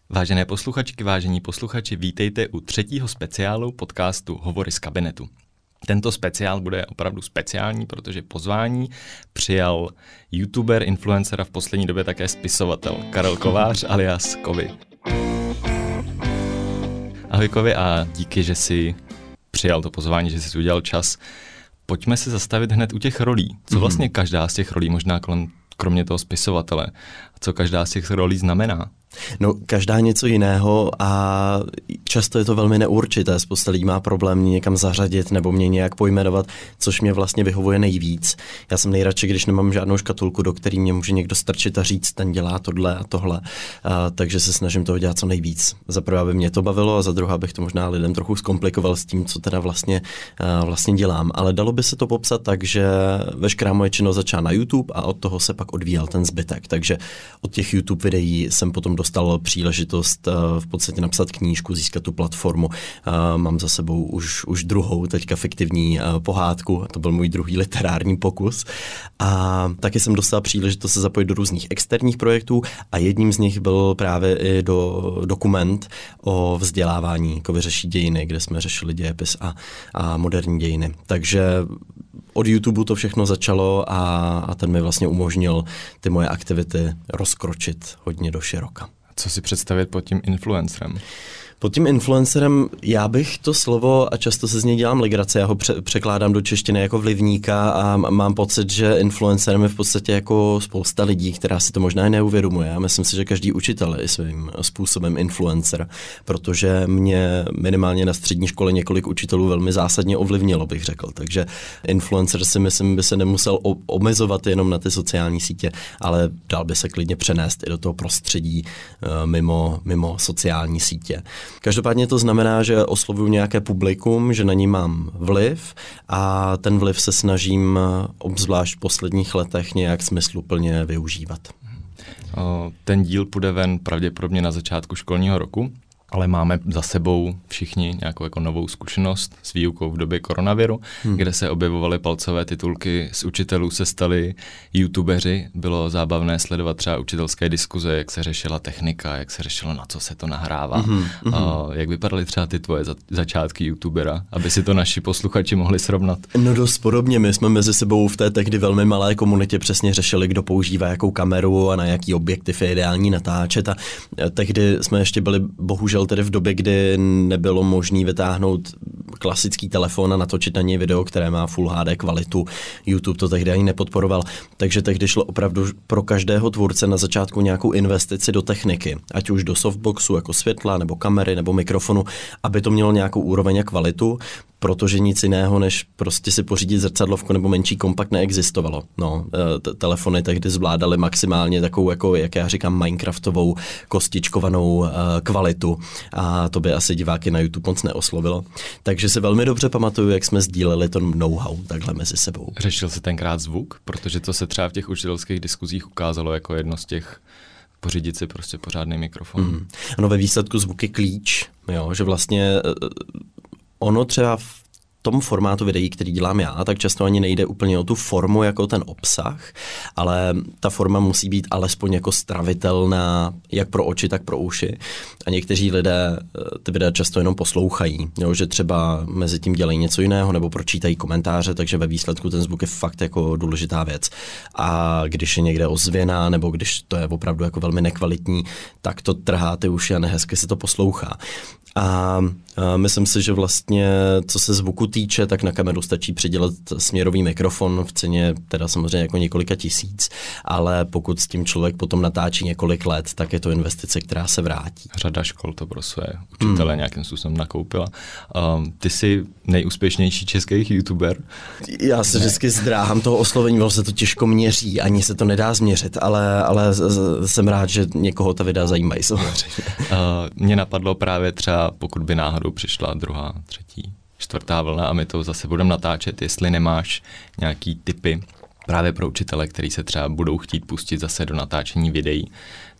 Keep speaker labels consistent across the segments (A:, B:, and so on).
A: Vážené posluchačky, vážení posluchači, vítejte u 3. speciálu podcastu Hovory z kabinetu. Tento speciál bude opravdu speciální, protože pozvání přijal youtuber, influencer a v poslední době také spisovatel Karel Kovář alias Kovy. Ahoj Kovy a díky, že jsi přijal to pozvání, že jsi udělal čas. Pojďme se zastavit hned u těch rolí. Co vlastně každá z těch rolí, možná kromě toho spisovatele, co každá z těch rolí znamená?
B: No, každá něco jiného a často je to velmi neurčité. Spousta lidí má problém mě někam zařadit nebo mě nějak pojmenovat, což mě vlastně vyhovuje nejvíc. Já jsem nejradši, když nemám žádnou škatulku, do které mě může někdo strčit a říct, ten dělá tohle a tohle. Takže se snažím toho dělat co nejvíc. Za prvé, aby mě to bavilo a za druhé, abych to možná lidem trochu zkomplikoval s tím, co teda vlastně dělám. Ale dalo by se to popsat tak, že veškerá moje činnost začala na YouTube a od toho se pak odvíjel ten zbytek. Takže od těch YouTube videí jsem potom dostal příležitost v podstatě napsat knížku, získat tu platformu. Mám za sebou už druhou, teďka fiktivní pohádku, to byl můj druhý literární pokus. A taky jsem dostal příležitost se zapojit do různých externích projektů a jedním z nich byl právě i dokument o vzdělávání, Kovy řeší dějiny, kde jsme řešili dějepis a moderní dějiny. Takže od YouTube to všechno začalo a ten mi vlastně umožnil ty moje aktivity rozkročit hodně do široka.
A: Co si představit pod tím influencerem?
B: Pod tím influencerem já bych to slovo, a často se z něj dělám legraci, já ho překládám do češtiny jako vlivníka a mám pocit, že influencerem je v podstatě jako spousta lidí, která si to možná neuvědomuje. Já myslím si, že každý učitel je svým způsobem influencer, protože mě minimálně na střední škole několik učitelů velmi zásadně ovlivnilo, bych řekl. Takže influencer si myslím, by se nemusel omezovat jenom na ty sociální sítě, ale dal by se klidně přenést i do toho prostředí mimo sociální sítě. Každopádně to znamená, že oslovuju nějaké publikum, že na ní mám vliv a ten vliv se snažím obzvlášť v posledních letech nějak smysluplně využívat.
A: Ten díl půjde ven pravděpodobně na začátku školního roku, ale máme za sebou všichni nějakou jako novou zkušenost s výukou v době koronaviru, kde se objevovaly palcové titulky, z učitelů se stali youtubeři. Bylo zábavné sledovat třeba učitelské diskuze, jak se řešila technika, jak se řešilo, na co se to nahrává. Jak vypadaly třeba ty tvoje začátky youtubera, aby si to naši posluchači mohli srovnat?
B: No dost podobně, my jsme mezi sebou v té tehdy velmi malé komunitě přesně řešili, kdo používá jakou kameru a na jaký objektiv je ideální natáčet a tehdy jsme ještě byli bohužel tedy v době, kdy nebylo možné vytáhnout klasický telefon a natočit na něj video, které má Full HD kvalitu. YouTube to tehdy ani nepodporoval. Takže tehdy šlo opravdu pro každého tvůrce na začátku nějakou investici do techniky. Ať už do softboxu, jako světla, nebo kamery, nebo mikrofonu, aby to mělo nějakou úroveň a kvalitu, protože nic jiného, než prostě si pořídit zrcadlovku nebo menší kompakt neexistovalo. No, telefony tehdy zvládaly maximálně takovou, jako jak já říkám, minecraftovou kostičkovanou kvalitu a to by asi diváky na YouTube moc neoslovilo. Takže si velmi dobře pamatuju, jak jsme sdíleli to know-how takhle mezi sebou.
A: Řešil se tenkrát zvuk? Protože to se třeba v těch učitelských diskuzích ukázalo jako jedno z těch pořídit si prostě pořádný mikrofon.
B: Ano, ve výsledku zvuk je klíč, jo, že vlastně ono třeba v tom formátu videí, který dělám já, tak často ani nejde úplně o tu formu jako ten obsah, ale ta forma musí být alespoň jako stravitelná jak pro oči, tak pro uši. A někteří lidé ty videa často jenom poslouchají, jo, že třeba mezi tím dělají něco jiného nebo pročítají komentáře, takže ve výsledku ten zvuk je fakt jako důležitá věc. A když je někde ozvěna nebo když to je opravdu jako velmi nekvalitní, tak to trhá ty uši a nehezky se to poslouchá. A myslím si, že vlastně, co se zvuku týče, tak na kameru stačí přidělat směrový mikrofon v ceně teda samozřejmě jako několika tisíc, ale pokud s tím člověk potom natáčí několik let, tak je to investice, která se vrátí.
A: Řada škol to pro své učitele nějakým způsobem nakoupila. Ty jsi nejúspěšnější český youtuber?
B: Já se vždycky zdráhám toho oslovení, se to těžko měří, ani se to nedá změřit, ale jsem rád, že někoho ta videa zajímají samozřejmě.
A: Mě napadlo právě třeba, pokud by náhodou přišla druhá, třetí, čtvrtá vlna a my to zase budeme natáčet, jestli nemáš nějaký tipy právě pro učitele, který se třeba budou chtít pustit zase do natáčení videí,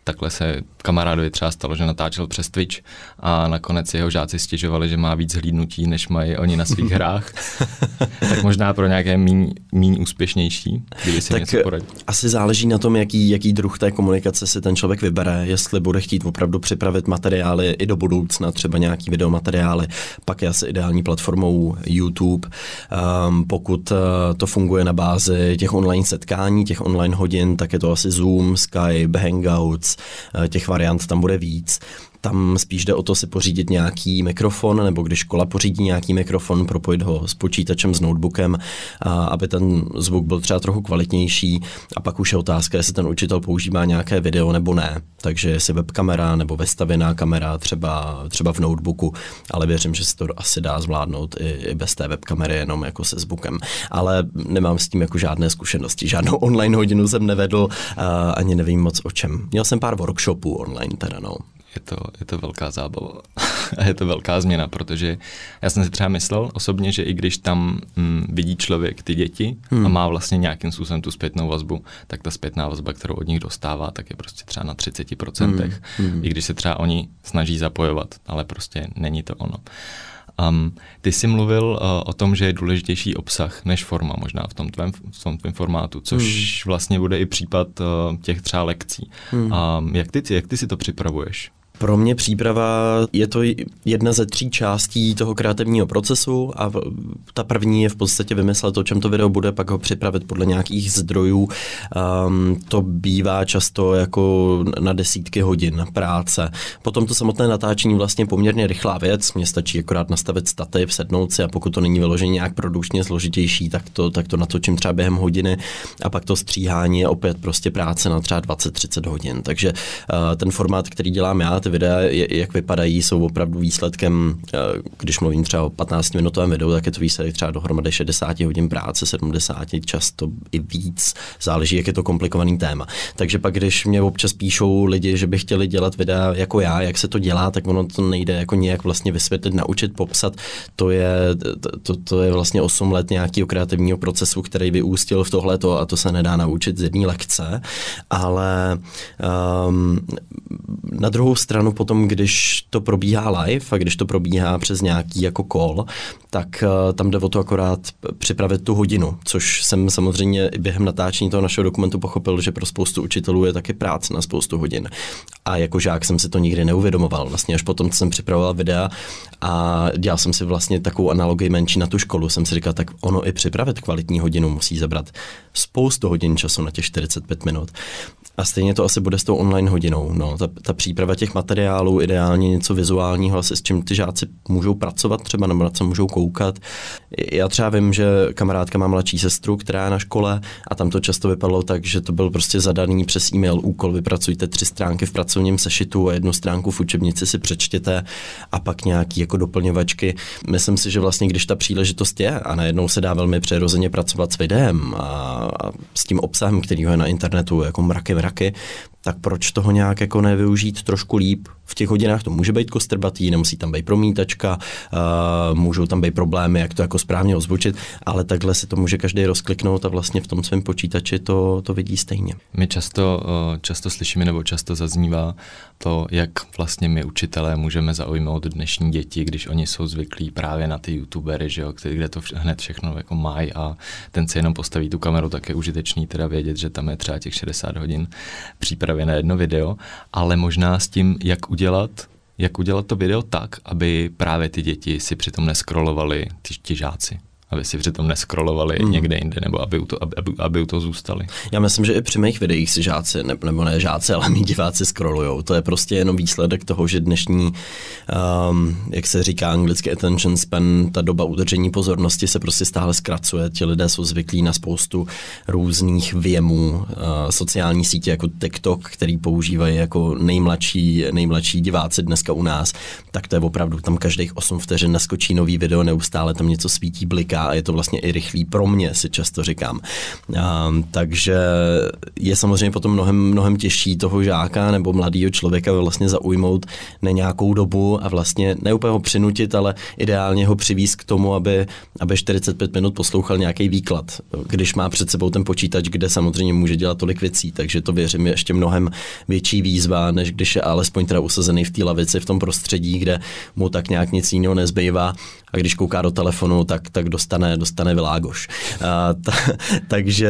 A: takhle se kamarádovi třeba stalo, že natáčel přes Twitch a nakonec jeho žáci stěžovali, že má víc hlídnutí, než mají oni na svých hrách. Tak možná pro nějaké míň úspěšnější, kdyby si něco poradil.
B: Asi záleží na tom, jaký druh té komunikace si ten člověk vybere, jestli bude chtít opravdu připravit materiály i do budoucna, třeba nějaký videomateriály, pak je asi ideální platformou YouTube. Pokud to funguje na bázi těch online setkání, těch online hodin, tak je to asi Zoom, Skype, Hangouts, těch variant tam bude víc. Tam spíš jde o to si pořídit nějaký mikrofon, nebo když škola pořídí nějaký mikrofon, propojit ho s počítačem, s notebookem, aby ten zvuk byl třeba trochu kvalitnější. A pak už je otázka, jestli ten učitel používá nějaké video nebo ne. Takže jestli webkamera nebo vestavěná kamera třeba v notebooku, ale věřím, že se to asi dá zvládnout i bez té webkamery, jenom jako se zvukem. Ale nemám s tím jako žádné zkušenosti. Žádnou online hodinu jsem nevedl, ani nevím moc o čem. Měl jsem pár workshopů online teda, no.
A: Je to velká zábava a je to velká změna, protože já jsem si třeba myslel osobně, že i když tam vidí člověk ty děti a má vlastně nějakým způsobem tu zpětnou vazbu, tak ta zpětná vazba, kterou od nich dostává, tak je prostě třeba na 30%, i když se třeba oni snaží zapojovat, ale prostě není to ono. Ty jsi mluvil o tom, že je důležitější obsah než forma možná v tom tvém formátu, což vlastně bude i případ těch třeba lekcí. Jak ty si to připravuješ?
B: Pro mě příprava je to jedna ze 3 částí toho kreativního procesu a ta první je v podstatě vymyslet, o čem to video bude, pak ho připravit podle nějakých zdrojů. To bývá často jako na desítky hodin práce. Potom to samotné natáčení vlastně poměrně rychlá věc, mně stačí akorát nastavit stativ, sednout si a pokud to není vyloženě nějak produkčně složitější, tak to natočím třeba během hodiny a pak to stříhání je opět prostě práce na třeba 20-30 hodin. Takže ten formát, který dělám já, ty videa, jak vypadají, jsou opravdu výsledkem, když mluvím třeba o 15-minutovém videu, tak je to výsledek třeba dohromady 60 hodin práce, 70, často i víc, záleží, jak je to komplikovaný téma. Takže pak, když mě občas píšou lidi, že by chtěli dělat videa jako já, jak se to dělá, tak ono to nejde jako nějak vlastně vysvětlit, naučit, popsat. To je vlastně 8 let nějakého kreativního procesu, který vyústil v tohleto a to se nedá naučit z jedné lekce, ale na druhou stranu potom, když to probíhá live a když to probíhá přes nějaký jako call, tak tam jde o to akorát připravit tu hodinu, což jsem samozřejmě i během natáčení toho našeho dokumentu pochopil, že pro spoustu učitelů je taky práce na spoustu hodin. A jako žák jsem si to nikdy neuvědomoval. Vlastně až potom, co jsem připravoval videa a dělal jsem si vlastně takovou analogii menší na tu školu, jsem si říkal, tak ono i připravit kvalitní hodinu musí zabrat spoustu hodin času na těch 45 minut. A stejně to asi bude s tou online hodinou. No, ta příprava těch materiálů, ideálně něco vizuálního, asi s čím ty žáci můžou pracovat třeba, nebo na co můžou koukat. Já třeba vím, že kamarádka má mladší sestru, která je na škole a tam to často vypadalo tak, že to byl prostě zadaný přes e-mail úkol, vypracujte 3 stránky v pracovním sešitu a 1 stránku v učebnici si přečtěte a pak nějaký jako doplňovačky. Myslím si, že vlastně když ta příležitost je a najednou se dá velmi přirozeně pracovat s videem a s tím obsahem, který je na internetu jako mraky, tak proč toho nějak jako nevyužít trošku líp? V těch hodinách to může být kostrbatý, nemusí tam být promítačka, můžou tam být problémy, jak to jako správně ozvučit, ale takhle si to může každý rozkliknout a vlastně v tom svém počítači to vidí stejně.
A: My často slyšíme nebo často zaznívá to, jak vlastně my učitelé můžeme zaujmout dnešní děti, když oni jsou zvyklí právě na ty youtubery, že jo, kde to hned všechno jako mají a ten si jenom postaví tu kameru, tak je užitečný teda vědět, že tam je třeba těch 60 hodin přípravy na jedno video, ale možná s tím, jak udělat to video tak, aby právě ty děti si přitom nescrollovali ti žáci. Aby si přitom nescrollovali někde jinde, nebo aby u toho zůstali.
B: Já myslím, že i při mých videích si žáci, nebo ne žáci, ale mý diváci scrollujou. To je prostě jenom výsledek toho, že dnešní, jak se říká anglicky attention span, ta doba udržení pozornosti se prostě stále zkracuje. Ti lidé jsou zvyklí na spoustu různých věmů, sociální sítě jako TikTok, který používají jako nejmladší diváci dneska u nás. Tak to je opravdu, tam každých 8 vteřin naskočí nový video, neustále tam něco svítí, bliká týká a je to vlastně i rychlý pro mě, si často říkám. Takže je samozřejmě potom mnohem těžší toho žáka nebo mladého člověka vlastně zaujmout na nějakou dobu a vlastně ne úplně ho přinutit, ale ideálně ho přivést k tomu, aby 45 minut poslouchal nějaký výklad, když má před sebou ten počítač, kde samozřejmě může dělat tolik věcí, takže to věřím je ještě mnohem větší výzva, než když je alespoň teda usazený v té lavici v tom prostředí, kde mu tak nějak nic jiného nezbývá a když kouká do telefonu, tak dostane világoš. Takže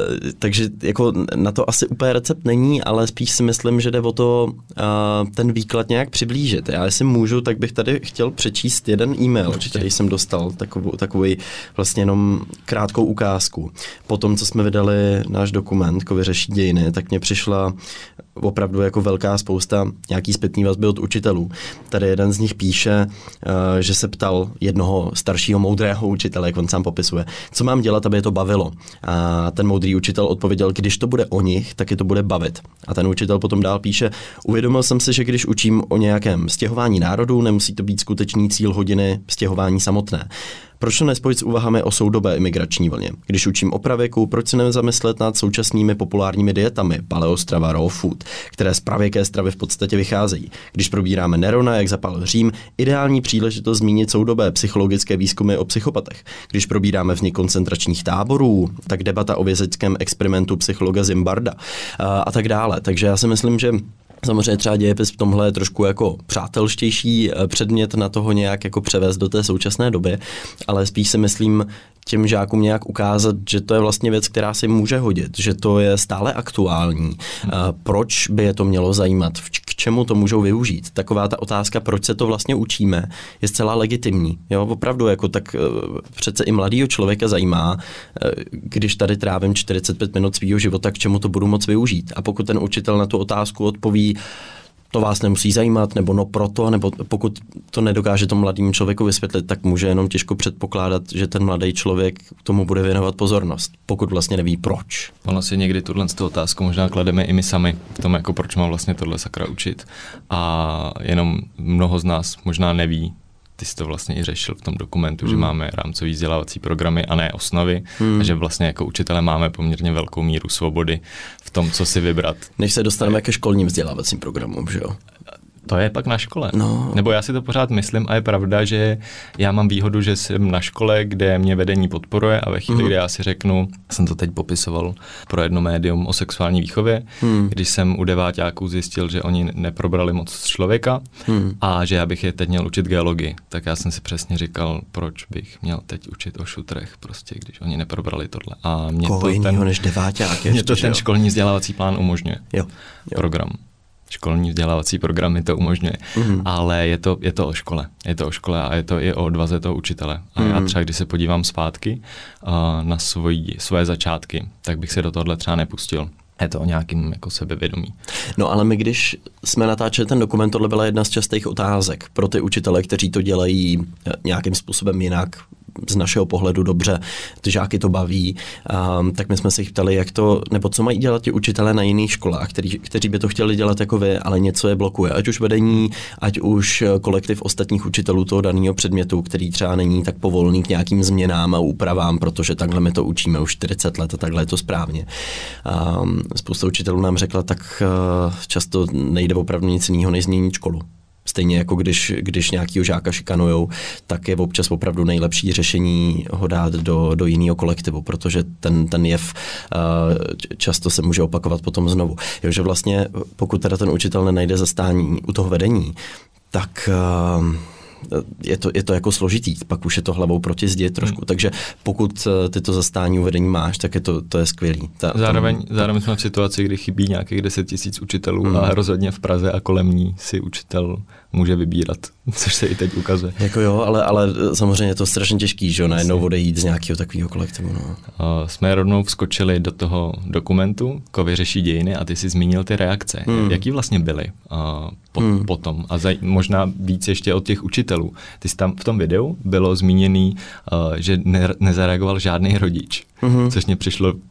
B: jako na to asi úplně recept není, ale spíš si myslím, že jde o to ten výklad nějak přiblížit. Já jestli můžu, tak bych tady chtěl přečíst jeden e-mail, který jsem dostal, takový vlastně jenom krátkou ukázku. Po tom, co jsme vydali náš dokument Kovy řeší dějiny, tak mě přišla opravdu jako velká spousta nějaký zpětný vazby od učitelů. Tady jeden z nich píše, že se ptal jednoho staršího moudrého učitele, jak on sám popisuje, co mám dělat, aby je to bavilo. A ten moudrý učitel odpověděl, když to bude o nich, tak je to bude bavit. A ten učitel potom dál píše, uvědomil jsem si, že když učím o nějakém stěhování národů, nemusí to být skutečný cíl hodiny stěhování samotné. Proč to nespojit s úvahami o soudobé imigrační vlně? Když učím o pravěku, proč se nezamyslet nad současnými populárními dietami, paleostrava, raw food, které z pravěké stravy v podstatě vycházejí? Když probíráme Nerona, jak zapálil Řím, ideální příležitost zmínit soudobé psychologické výzkumy o psychopatech. Když probíráme vznik koncentračních táborů, tak debata o vězeňském experimentu psychologa Zimbarda a tak dále. Takže já si myslím, že samozřejmě třeba dějepis v tomhle je trošku jako přátelštější předmět na toho nějak jako převést do té současné doby, ale spíš si myslím těm žákům nějak ukázat, že to je vlastně věc, která si může hodit, že to je stále aktuální. Proč by je to mělo zajímat? K čemu to můžou využít? Taková ta otázka, proč se to vlastně učíme, je zcela legitimní. Jo, opravdu, jako tak přece i mladýho člověka zajímá, když tady trávím 45 minut svýho života, k čemu to budu moc využít. A pokud ten učitel na tu otázku odpoví, to vás nemusí zajímat, nebo no proto, nebo pokud to nedokáže tomu mladému člověku vysvětlit, tak může jenom těžko předpokládat, že ten mladý člověk tomu bude věnovat pozornost, pokud vlastně neví proč.
A: Ono si někdy tuhle otázku možná klademe i my sami, v tom jako proč mám vlastně tohle sakra učit. A jenom mnoho z nás možná neví, ty jsi to vlastně i řešil v tom dokumentu, že máme rámcový vzdělávací programy a ne osnovy a že vlastně jako učitelé máme poměrně velkou míru svobody v tom, co si vybrat.
B: Než se dostaneme ke školním vzdělávacím programům, že jo?
A: To je pak na škole. No. Nebo já si to pořád myslím a je pravda, že já mám výhodu, že jsem na škole, kde mě vedení podporuje a ve chvíli, kdy já si řeknu, jsem to teď popisoval pro jedno médium o sexuální výchově, když jsem u deváťáků zjistil, že oni neprobrali moc z člověka a že já bych je teď měl učit geologii, tak já jsem si přesně říkal, proč bych měl teď učit o šutrech, prostě, když oni neprobrali tohle. A mě
B: koho jinýho než deváťák.
A: Mě to ten školní vzdělávací plán umožňuje.
B: Jo.
A: Program. Školní vzdělávací programy to umožňuje, ale je to o škole. Je to o škole a je to i o odvaze toho učitele. A já třeba, když se podívám zpátky na svoje začátky, tak bych se do tohle třeba nepustil. Je to o nějakým jako sebevědomí.
B: No ale my, když jsme natáčeli ten dokument, tohle byla jedna z častých otázek pro ty učitele, kteří to dělají nějakým způsobem jinak, z našeho pohledu dobře, ty žáky to baví, tak my jsme se jich ptali, jak to, nebo co mají dělat ti učitelé na jiných školách, kteří by to chtěli dělat jako vy, ale něco je blokuje. Ať už vedení, ať už kolektiv ostatních učitelů toho daného předmětu, který třeba není tak povolný k nějakým změnám a úpravám, protože takhle my to učíme už 40 let a takhle je to správně. Spousta učitelů nám řekla, tak často nejde opravdu nic jiného, než změnit školu. Stejně jako když nějakýho žáka šikanujou, tak je občas opravdu nejlepší řešení ho dát do jiného kolektivu, protože ten jev často se může opakovat potom znovu. Jo, že vlastně pokud teda ten učitel nenajde zastání u toho vedení, tak je to jako složitý, pak už je to hlavou proti zdi trošku, takže pokud ty to zastání uvedení máš, tak to je skvělý.
A: Zároveň jsme v situaci, kdy chybí nějakých 10 000 učitelů a rozhodně v Praze a kolem ní si učitel může vybírat, což se i teď ukazuje.
B: Jako jo, ale samozřejmě je to strašně těžký, že najednou odejít z nějakého takového kolektivu. No.
A: Jsme rovnou vskočili do toho dokumentu Kovy řeší dějiny a ty jsi zmínil ty reakce. Jaký vlastně byly potom? A možná víc ještě od těch učitelů. Ty jsi tam v tom videu bylo zmíněný, že nezareagoval žádný rodič, což mě přišlo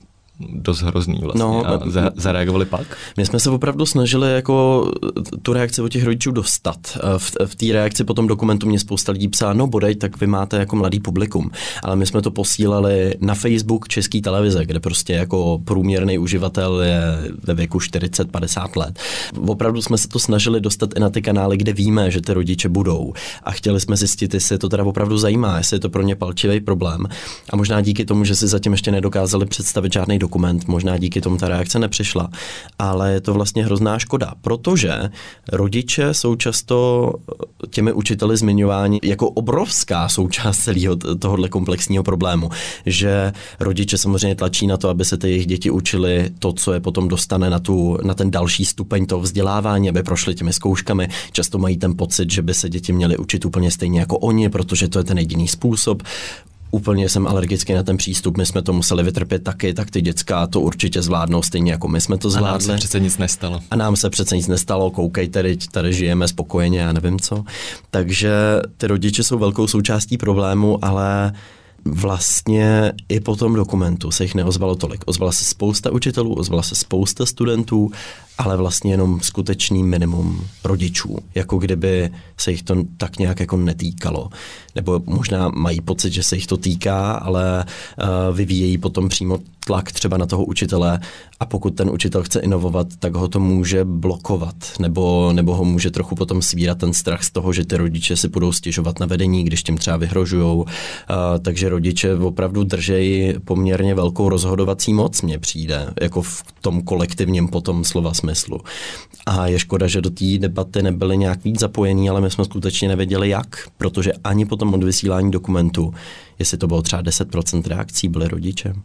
A: dost hrozný vlastně. A zareagovali pak?
B: My jsme se opravdu snažili jako tu reakci od těch rodičů dostat. V té reakci po tom dokumentu mě spousta lidí psala, no bodej, tak vy máte jako mladý publikum. Ale my jsme to posílali na Facebook České televize, kde prostě jako průměrný uživatel je ve věku 40-50 let. Opravdu jsme se to snažili dostat i na ty kanály, kde víme, že ty rodiče budou. A chtěli jsme zjistit, jestli to teda opravdu zajímá, jestli je to pro ně palčivý problém. A možná díky tomu, že si zatím ještě nedokázali představit žádný dokument, možná díky tomu ta reakce nepřišla. Ale je to vlastně hrozná škoda, protože rodiče jsou často těmi učiteli zmiňováni jako obrovská součást celého tohohle komplexního problému, že rodiče samozřejmě tlačí na to, aby se ty jejich děti učili to, co je potom dostane na ten další stupeň toho vzdělávání, aby prošli těmi zkouškami. Často mají ten pocit, že by se děti měly učit úplně stejně jako oni, protože to je ten jediný způsob. Úplně jsem alergický na ten přístup, my jsme to museli vytrpět taky, tak ty děcka to určitě zvládnou stejně jako my jsme to zvládli.
A: A nám se přece nic nestalo.
B: Koukejte, tady žijeme spokojeně, já nevím co. Takže ty rodiče jsou velkou součástí problému, ale vlastně i po tom dokumentu se jich neozvalo tolik. Ozvala se spousta učitelů, ozvala se spousta studentů, ale vlastně jenom skutečný minimum rodičů, jako kdyby se jich to tak nějak jako netýkalo. Nebo možná mají pocit, že se jich to týká, ale vyvíjejí potom přímo tlak třeba na toho učitele a pokud ten učitel chce inovovat, tak ho to může blokovat nebo ho může trochu potom svírat ten strach z toho, že ty rodiče si budou stěžovat na vedení, když tím třeba vyhrožujou. Takže rodiče opravdu držejí poměrně velkou rozhodovací moc, mně přijde, jako v tom kolektivním potom slova smyslu. A je škoda, že do té debaty nebyly nějak víc zapojení, ale my jsme skutečně nevěděli jak, protože ani po tom odvysílání dokumentu, jestli to bylo třeba 10% reakcí, byly rodiče.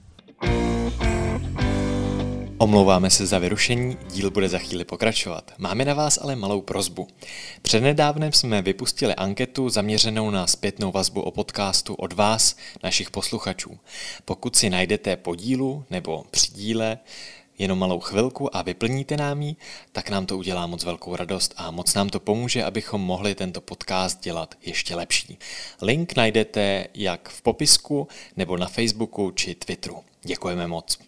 C: Omlouváme se za vyrušení, díl bude za chvíli pokračovat. Máme na vás ale malou prosbu. Přednedávnem jsme vypustili anketu zaměřenou na zpětnou vazbu o podcastu od vás, našich posluchačů. Pokud si najdete po dílu nebo při díle jenom malou chvilku a vyplníte nám ji, tak nám to udělá moc velkou radost a moc nám to pomůže, abychom mohli tento podcast dělat ještě lepší. Link najdete jak v popisku, nebo na Facebooku či Twitteru. Děkujeme moc.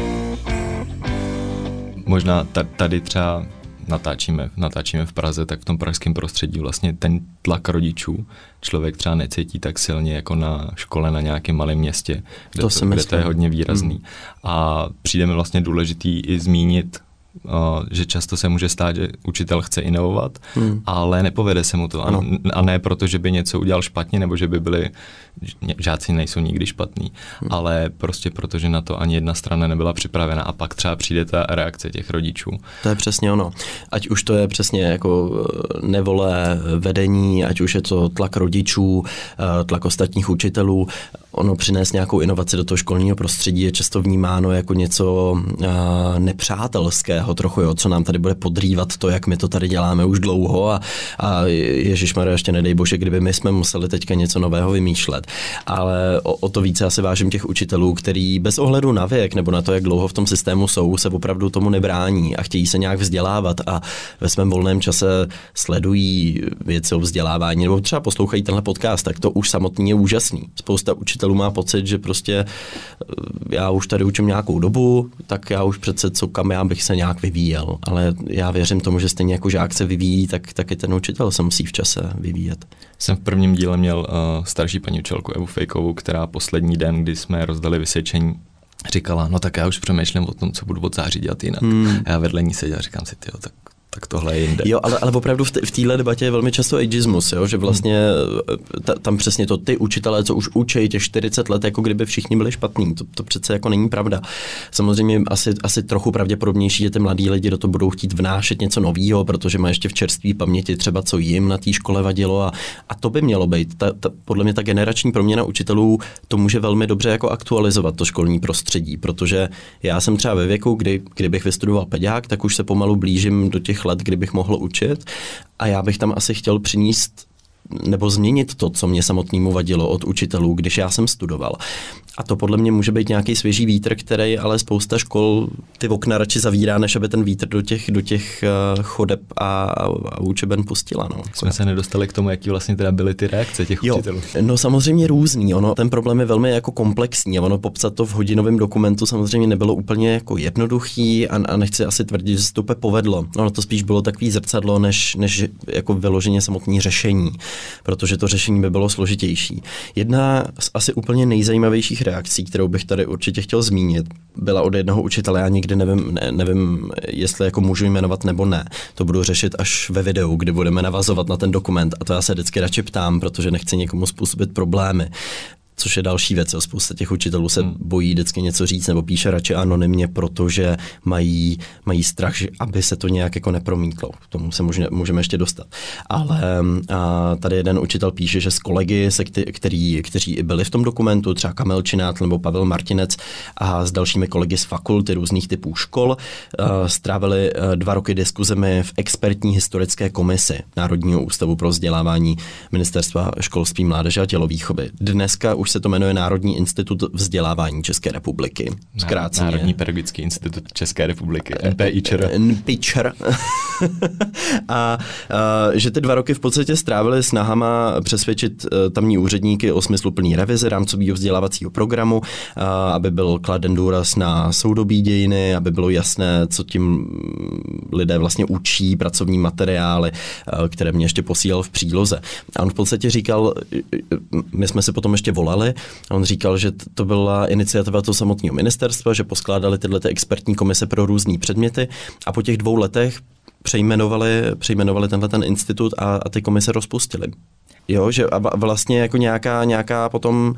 A: Možná tady třeba natáčíme v Praze, tak v tom pražském prostředí vlastně ten tlak rodičů člověk třeba necítí tak silně jako na škole na nějakém malém městě, kde to je hodně výrazný. A přijde mi vlastně důležitý i zmínit, že často se může stát, že učitel chce inovovat, ale nepovede se mu to. A ne proto, že by něco udělal špatně, nebo že by byli, žáci nejsou nikdy špatný, ale prostě proto, že na to ani jedna strana nebyla připravena a pak třeba přijde ta reakce těch rodičů.
B: To je přesně ono. Ať už to je přesně jako nevole vedení, ať už je to tlak rodičů, tlak ostatních učitelů, ono přinést nějakou inovaci do toho školního prostředí je často vnímáno jako něco nepřátelského trochu, jo, co nám tady bude podrývat to, jak my to tady děláme už dlouho a ježišmarja, ještě nedej bože, kdyby my jsme museli teďka něco nového vymýšlet. Ale o to více asi vážím těch učitelů, který bez ohledu na věk nebo na to, jak dlouho v tom systému jsou, se opravdu tomu nebrání a chtějí se nějak vzdělávat a ve svém volném čase sledují věci o vzdělávání nebo třeba poslouchají tenhle podcast, tak to už samotný je úžasný. Spousta učitelů má pocit, že prostě já už tady učím nějakou dobu, tak já už přece kam já bych se nějak vyvíjel, ale já věřím tomu, že stejně jako žák se vyvíjí, tak i ten učitel se musí v čase vyvíjet.
A: Jsem v prvním díle měl starší paní učitelku Evu Fejkovou, která poslední den, kdy jsme rozdali vysvědčení, říkala, no tak já už přemýšlím o tom, co budu od září dělat jinak. A já vedle ní seděl a říkám si, tyjo, tak tohle je jinde.
B: Jo, ale opravdu v téhle debatě je velmi často ageismus, jo, že vlastně tam přesně to ty učitelé, co už učí těch 40 let, jako kdyby všichni byli špatní. To přece jako není pravda. Samozřejmě asi trochu pravděpodobnější, že ty mladí lidi do toho budou chtít vnášet něco nového, protože má ještě v čerstvé paměti třeba, co jim na té škole vadilo a to by mělo být. Podle mě ta generační proměna učitelů to může velmi dobře jako aktualizovat to školní prostředí, protože já jsem třeba ve věku, kdybych vystudoval peďák, tak už se pomalu blížím do těch let, kdybych mohl učit a já bych tam asi chtěl přinést nebo změnit to, co mě samotnému vadilo od učitelů, když já jsem studoval. A to podle mě může být nějaký svěží vítr, který ale spousta škol ty okna radši zavírá, než aby ten vítr do těch chodeb a učeben pustila. No.
A: Jsme se nedostali k tomu, jaký vlastně teda byly ty reakce těch učitelů.
B: No samozřejmě různý. Ten problém je velmi jako komplexní a popsat to v hodinovém dokumentu samozřejmě nebylo úplně jako jednoduchý a nechci asi tvrdit, že se to úplně povedlo. Ono to spíš bylo takový zrcadlo, než jako vyloženě samotné řešení, protože to řešení by bylo složitější. Jedna z asi úplně nejzajímavějších reakcí, kterou bych tady určitě chtěl zmínit, byla od jednoho učitele, já nikdy nevím, jestli jako můžu jmenovat nebo ne. To budu řešit až ve videu, kdy budeme navazovat na ten dokument a to já se vždycky radši ptám, protože nechci někomu způsobit problémy. Což je další věc. Spousta těch učitelů se bojí vždycky něco říct nebo píše radši anonymně, protože mají strach, aby se to nějak jako nepromítlo. K tomu se můžeme ještě dostat. Ale tady jeden učitel píše, že s kolegy, kteří i byli v tom dokumentu, třeba Kamil Činátl nebo Pavel Martinec a s dalšími kolegy z fakulty různých typů škol, strávili 2 roky diskuzemi v expertní historické komisi Národního ústavu pro vzdělávání Ministerstva školství, mládeže a tělovýchovy. Dneska už se to jmenuje Národní institut vzdělávání České republiky. Zkráceně.
A: Národní pedagogický institut České republiky. NPIČR.
B: NPIČR. A že ty 2 roky v podstatě strávili snahama přesvědčit tamní úředníky o smysluplný revizi rámcového vzdělávacího programu, aby byl kladen důraz na soudobí dějiny, aby bylo jasné, co tím lidé vlastně učí, pracovní materiály, které mě ještě posílal v příloze. A on v podstatě říkal, my jsme se potom ještě volali, a on říkal, že to byla iniciativa toho samotného ministerstva, že poskládali tyhle expertní komise pro různý předměty a po těch 2 letech přejmenovali tenhle institut a ty komise rozpustili. Jo, že a vlastně jako nějaká potom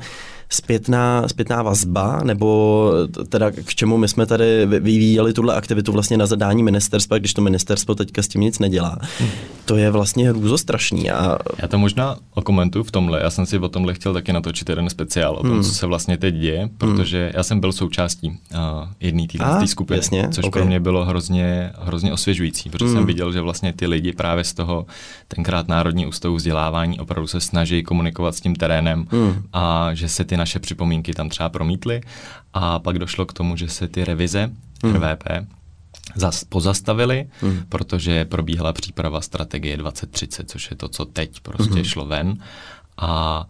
B: zpětná vazba, nebo teda k čemu my jsme tady vyvíjeli tuhle aktivitu vlastně na zadání ministerstva, když to ministerstvo teďka s tím nic nedělá. To je vlastně hrůzostrašný. Já
A: to možná okomentuju v tomhle. Já jsem si o tomhle chtěl taky natočit jeden speciál o tom, co se vlastně teď děje, protože já jsem byl součástí jedné té skupiny, jasně, což pro mě bylo hrozně osvěžující, protože jsem viděl, že vlastně ty lidi právě z toho tenkrát Národní ústavu vzdělávání opravdu se snaží komunikovat s tím terénem a že se ty naše připomínky tam třeba promítly a pak došlo k tomu, že se ty revize RVP pozastavily, protože probíhala příprava strategie 2030, což je to, co teď prostě šlo ven a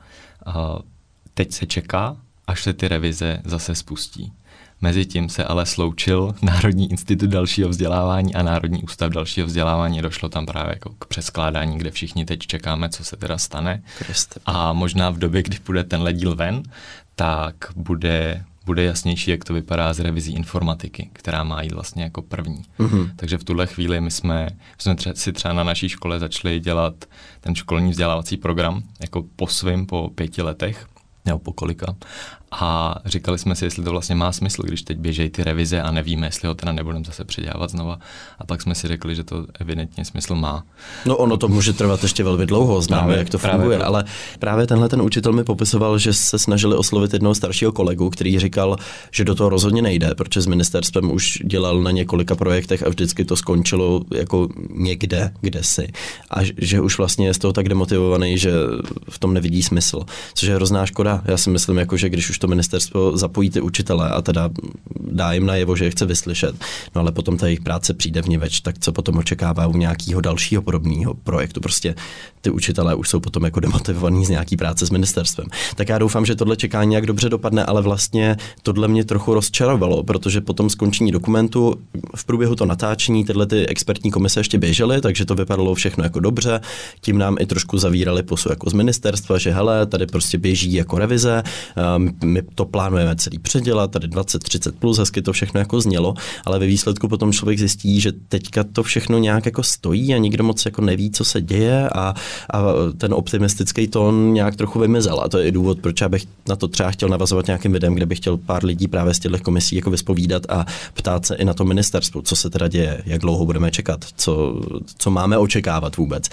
A: teď se čeká, až se ty revize zase spustí. Mezitím se ale sloučil Národní institut dalšího vzdělávání a Národní ústav dalšího vzdělávání. Došlo tam právě jako k přeskládání, kde všichni teď čekáme, co se teda stane. A možná v době, kdy půjde tenhle díl ven, tak bude jasnější, jak to vypadá z revizí informatiky, která má jít vlastně jako první. Takže v tuhle chvíli my jsme si třeba na naší škole začali dělat ten školní vzdělávací program jako po 5 letech, nebo po kolika. A říkali jsme si, jestli to vlastně má smysl, když teď běžejí ty revize a nevíme, jestli ho teda nebudeme zase předělávat znova. A pak jsme si řekli, že to evidentně smysl má.
B: No ono to může trvat ještě velmi dlouho, známe, jak to funguje, ale právě tenhle ten učitel mi popisoval, že se snažili oslovit jednoho staršího kolegu, který říkal, že do toho rozhodně nejde, protože s ministerstvem už dělal na několika projektech a vždycky to skončilo jako někde, kdesi. A že už vlastně je z toho tak demotivovaný, že v tom nevidí smysl. Což je hrozná škoda. Já si myslím, jako, že když už to ministerstvo zapojí ty učitele a teda dá jim najevo, že je chce vyslyšet, no ale potom ta jejich práce přijde vniveč, tak co potom očekává u nějakého dalšího podobného projektu. Prostě ty učitelé už jsou potom jako demotivovaní z nějaký práce s ministerstvem. Tak já doufám, že tohle čekání nějak dobře dopadne, ale vlastně tohle mě trochu rozčarovalo, protože potom skončení dokumentu v průběhu to natáčení tyhle ty expertní komise ještě běžely, takže to vypadalo všechno jako dobře. Tím nám i trošku zavírali pusu jako z ministerstva, že hele, tady prostě běží jako revize, my to plánujeme celý předělat, tady 20-30+, hezky to všechno jako znělo, ale ve výsledku potom člověk zjistí, že teďka to všechno nějak jako stojí a nikdo moc jako neví, co se děje a ten optimistický tón nějak trochu vymizel. A to je i důvod, proč já bych na to třeba chtěl navazovat nějakým videem, kde bych chtěl pár lidí právě z těchto komisí jako vyspovídat a ptát se i na to ministerstvu, co se teda děje, jak dlouho budeme čekat, co máme očekávat vůbec.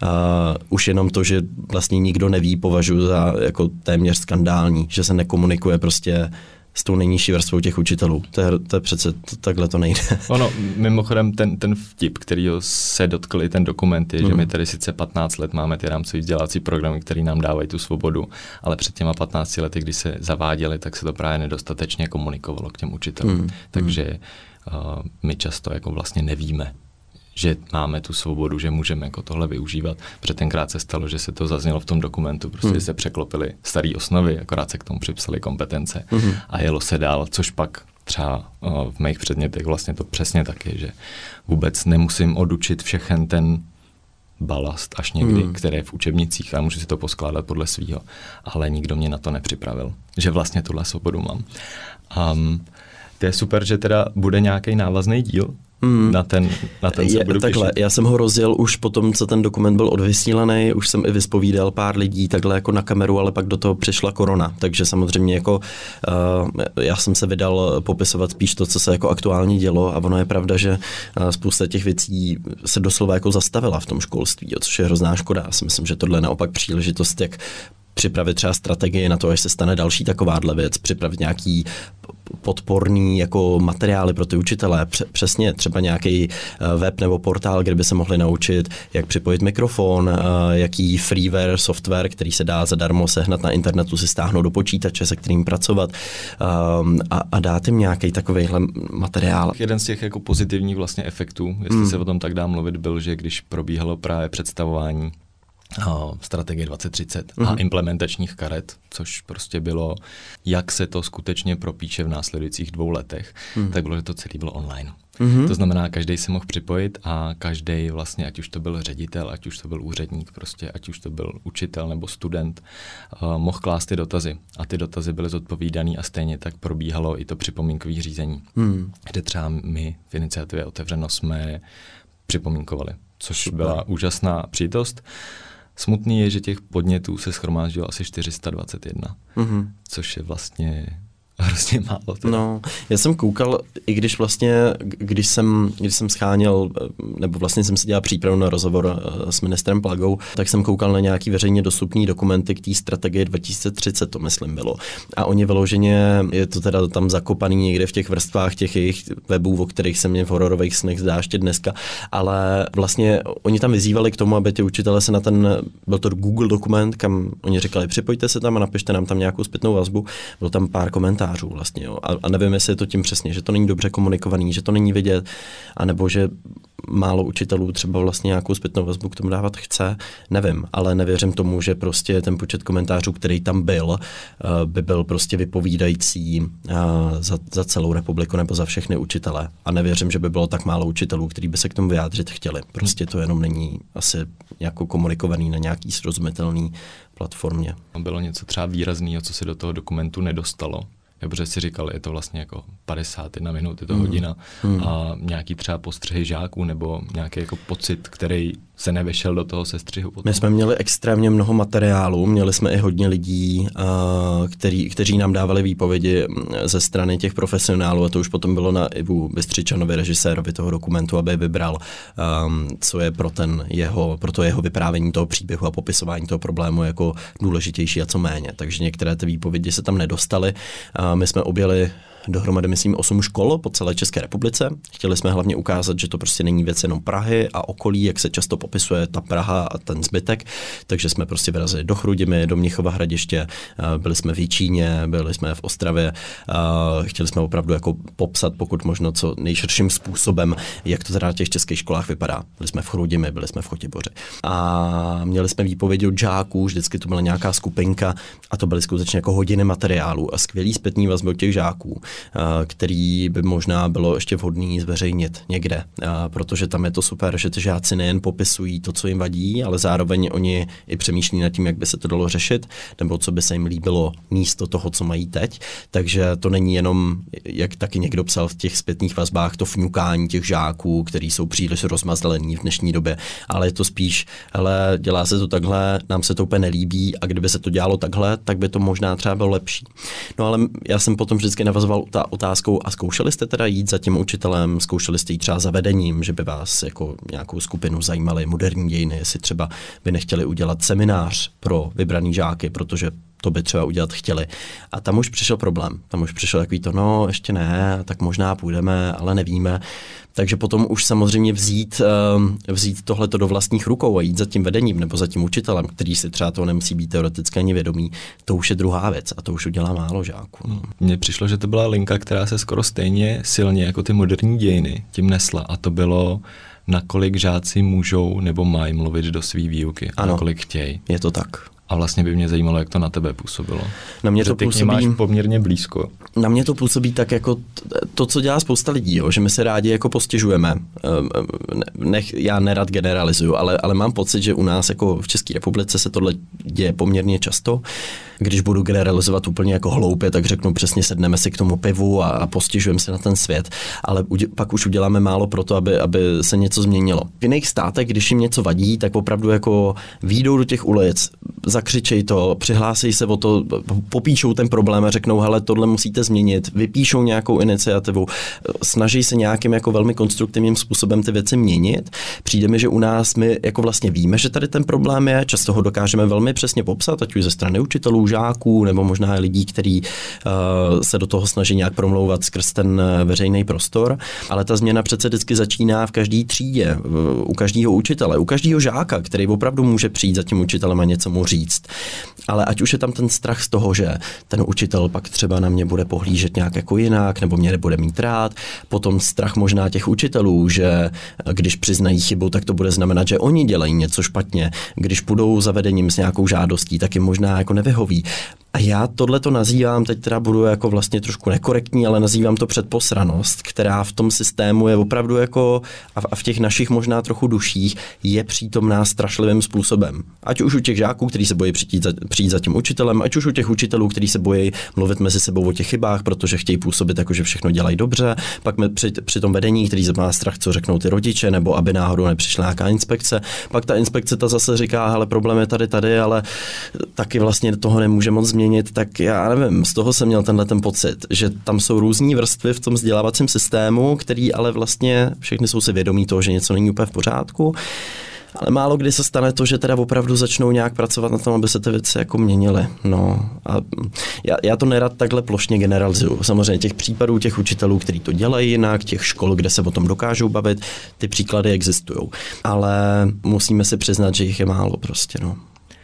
B: Už jenom to, že vlastně nikdo neví, považuji za jako téměř skandální, že se nekomunikuje prostě s tou nejnižší vrstvou těch učitelů. To je přece, takhle to nejde.
A: Ono, mimochodem ten vtip, kterýho se dotkl i ten dokument, je, že my tady sice 15 let máme ty rámcový vzdělávací programy, které nám dávají tu svobodu, ale před těma 15 lety, když se zaváděly, tak se to právě nedostatečně komunikovalo k těm učitelům. Takže my často jako vlastně nevíme, že máme tu svobodu, že můžeme jako tohle využívat. Protože tenkrát se stalo, že se to zaznělo v tom dokumentu, prostě se překlopily staré osnovy, akorát se k tomu připsaly kompetence a jelo se dál, což pak třeba v mých předmětech vlastně to přesně tak je, že vůbec nemusím odučit všechen ten balast až někdy, který je v učebnicích a můžu si to poskládat podle svýho, ale nikdo mě na to nepřipravil, že vlastně tuhle svobodu mám. To je super, že teda bude nějaký návazný díl na ten se budu
B: takhle,
A: těšit.
B: Já jsem ho rozjel už po tom, co ten dokument byl odvysílaný, už jsem i vyspovídal pár lidí takhle jako na kameru, ale pak do toho přišla korona, takže samozřejmě jako já jsem se vydal popisovat spíš to, co se jako aktuálně dělo a ono je pravda, že spousta těch věcí se doslova jako zastavila v tom školství, což je hrozná škoda. Já si myslím, že tohle je naopak příležitost, jak připravit třeba strategii na to, až se stane další takováhle věc, připravit nějaký podporný jako materiály pro ty učitele, přesně třeba nějaký web nebo portál, kde by se mohli naučit, jak připojit mikrofon, jaký freeware, software, který se dá zadarmo sehnat na internetu, si stáhnout do počítače, se kterým pracovat a dát jim nějaký takovejhle materiál.
A: Jeden z těch jako pozitivních vlastně efektů, jestli se o tom tak dá mluvit, byl, že když probíhalo právě představování strategie 2030 a implementačních karet, což prostě bylo, jak se to skutečně propíše v následujících 2 letech, tak bylo, že to celé bylo online. To znamená, každý se mohl připojit a každý vlastně, ať už to byl ředitel, ať už to byl úředník, prostě, ať už to byl učitel nebo student, mohl klást ty dotazy. A ty dotazy byly zodpovídaný a stejně tak probíhalo i to připomínkové řízení, kde třeba my v iniciativě Otevřenost jsme připomínkovali, což byla úžasná příležitost. Smutný je, že těch podnětů se shromáždilo asi 421, což je vlastně hrozně málo. Teda.
B: No, já jsem koukal, i když vlastně, když jsem scháněl, nebo vlastně jsem si dělal přípravu na rozhovor s ministrem Plagou, tak jsem koukal na nějaký veřejně dostupný dokumenty k té strategii 2030, to myslím bylo. A oni vyloženě, je to teda tam zakopaný někde v těch vrstvách těch jejich webů, o kterých se mě v hororových snech zdá ještě dneska, ale vlastně oni tam vyzývali k tomu, aby ty učitelé se na byl to Google dokument, kam oni říkali, připojte se tam a napište nám tam nějakou zpětnou vazbu, bylo tam pár komentářů vlastně, jo. A nevím, jestli je to tím přesně, že to není dobře komunikovaný, že to není vidět, anebo že málo učitelů třeba vlastně nějakou zpětnou vazbu k tomu dávat chce, nevím, ale nevěřím tomu, že prostě ten počet komentářů, který tam byl, by byl prostě vypovídající za celou republiku nebo za všechny učitele. A nevěřím, že by bylo tak málo učitelů, kteří by se k tomu vyjádřit chtěli. Prostě to jenom není asi jako komunikovaný na nějaký srozumitelný platformě.
A: Bylo něco třeba výrazného, co se do toho dokumentu nedostalo. Protože si říkal, je to vlastně jako 51 minut, je to hodina a nějaký třeba postřehy žáků nebo nějaký jako pocit, který se nevešel do toho sestřihu. Potom.
B: My jsme měli extrémně mnoho materiálu, měli jsme i hodně lidí, kteří nám dávali výpovědi ze strany těch profesionálů a to už potom bylo na Ivu Bystřičanovi, režisérovi toho dokumentu, aby vybral, co je pro to jeho vyprávění toho příběhu a popisování toho problému jako důležitější a co méně. Takže některé ty výpovědi se tam nedostaly. My jsme objeli dohromady, myslím, 8 škol po celé České republice. Chtěli jsme hlavně ukázat, že to prostě není věc jenom Prahy a okolí, jak se často popisuje ta Praha a ten zbytek. Takže jsme prostě vyrazili do Chrudimi, do Mnichova Hradiště, byli jsme v Jičíně, byli jsme v Ostravě. Chtěli jsme opravdu jako popsat, pokud možno co nejširším způsobem, jak to teda na těch českých školách vypadá. Byli jsme v Chrudimi, byli jsme v Chotěboři. A měli jsme výpovědi od žáků, vždycky to byla nějaká skupinka a to byly skutečně jako hodiny materiálu a skvělý zpětný vazby od těch žáků, který by možná bylo ještě vhodný zveřejnit někde, protože tam je to super, že ty žáci nejen popisují to, co jim vadí, ale zároveň oni i přemýšlí nad tím, jak by se to dalo řešit, nebo co by se jim líbilo místo toho, co mají teď. Takže to není jenom, jak taky někdo psal v těch zpětných vazbách, to fňukání těch žáků, který jsou příliš rozmazlení v dnešní době, ale je to spíš, hele, dělá se to takhle, nám se to úplně nelíbí a kdyby se to dělalo takhle, tak by to možná třeba bylo lepší. No ale já jsem potom vždycky navazoval otázkou, a zkoušeli jste teda jít za tím učitelem, zkoušeli jste jít třeba za vedením, že by vás jako nějakou skupinu zajímaly moderní dějiny, jestli třeba by nechtěli udělat seminář pro vybraný žáky, protože to by třeba udělat chtěli. A tam už přišel problém. Tam už přišel takový to, no ještě ne, tak možná půjdeme, ale nevíme. Takže potom už samozřejmě vzít tohleto do vlastních rukou a jít za tím vedením nebo za tím učitelem, který si třeba toho nemusí být teoreticky ani vědomý, to už je druhá věc a to už udělá málo žáků. No.
A: Mně přišlo, že to byla linka, která se skoro stejně silně jako ty moderní dějiny tím nesla a to bylo, nakolik žáci můžou nebo mají mluvit do svý výuky a nakolik chtějí.
B: Je to tak.
A: A vlastně by mě zajímalo, jak to na tebe působilo.
B: Na mě to
A: ty
B: působí,
A: máš poměrně blízko.
B: Na mě to působí tak jako to, co dělá spousta lidí, jo, že my se rádi jako postěžujeme. Já nerad generalizuju, ale mám pocit, že u nás jako v České republice se tohle děje poměrně často. Když budu generalizovat úplně jako hloupě, tak řeknu přesně sedneme si k tomu pivu a postěžujeme se na ten svět, ale pak už uděláme málo pro to, aby se něco změnilo. V jiných státech, když jim něco vadí, tak opravdu jako výjdou do těch ulic, zakřičej to, přihlásí se o to, popíšou ten problém a řeknou, hele, tohle musíte změnit, vypíšou nějakou iniciativu, snaží se nějakým jako velmi konstruktivním způsobem ty věci měnit. Přijde mi, že u nás my jako vlastně víme, že tady ten problém je, často ho dokážeme velmi přesně popsat, ať už ze strany učitelů, žáků nebo možná lidí, kteří se do toho snaží nějak promlouvat skrz ten veřejný prostor, ale ta změna přece vždycky začíná v každé třídě, u každého učitele, u každého žáka, který opravdu může přijít za tím učitelem a něco mu říct. Ale ať už je tam ten strach z toho, že ten učitel pak třeba na mě bude pohlížet nějak jako jinak, nebo mě nebude mít rád, potom strach možná těch učitelů, že když přiznají chybu, tak to bude znamenat, že oni dělají něco špatně. Když půjdou za vedením s nějakou žádostí, tak jim možná jako nevyhoví. A já tohle to nazývám, teď teda budu jako vlastně trošku nekorektní, ale nazývám to předposranost, která v tom systému je opravdu jako a v těch našich možná trochu duších je přítomná strašlivým způsobem. Ať už u těch žáků, kteří se bojí přijít za tím učitelem, ať už u těch učitelů, kteří se bojí mluvit mezi sebou o těch chybách, protože chtějí působit jako, že všechno dělají dobře, pak při tom vedení, který má strach, co řeknou ty rodiče, nebo aby náhodou nepřišla nějaká inspekce. Pak ta inspekce ta zase říká, hele, problém je tady, ale taky vlastně toho nemůže moc změnit, tak já nevím, z toho jsem měl ten pocit, že tam jsou různý vrstvy v tom vzdělávacím systému, který ale vlastně všechny jsou si vědomí toho, že něco není úplně v pořádku. Ale málo kdy se stane to, že teda opravdu začnou nějak pracovat na tom, aby se ty věci jako měnily. No a já to nerad takhle plošně generalizuju. Samozřejmě těch případů těch učitelů, kteří to dělají jinak, těch škol, kde se o tom dokážou bavit, ty příklady existují. Ale musíme si přiznat, že jich je málo prostě, no.